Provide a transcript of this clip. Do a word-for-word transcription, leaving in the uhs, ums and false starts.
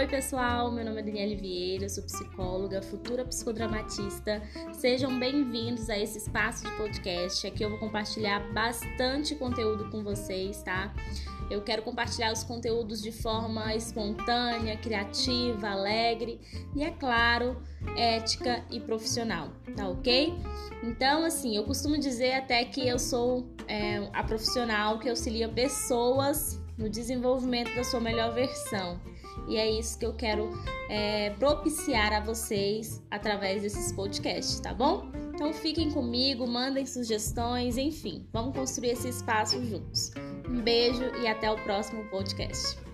pessoal, meu nome é Daniele Vieira, eu sou psicóloga, futura psicodramatista. Sejam bem-vindos a esse espaço de podcast. Aqui eu vou compartilhar bastante conteúdo com vocês, tá? Eu quero compartilhar os conteúdos de forma espontânea, criativa, alegre e, é claro, ética e profissional, tá ok? Então, assim, eu costumo dizer até que eu sou é, a profissional que auxilia pessoas no desenvolvimento da sua melhor versão. E é isso que eu quero é, propiciar a vocês através desses podcasts, tá bom? Então fiquem comigo, mandem sugestões, enfim, vamos construir esse espaço juntos. Um beijo e até o próximo podcast.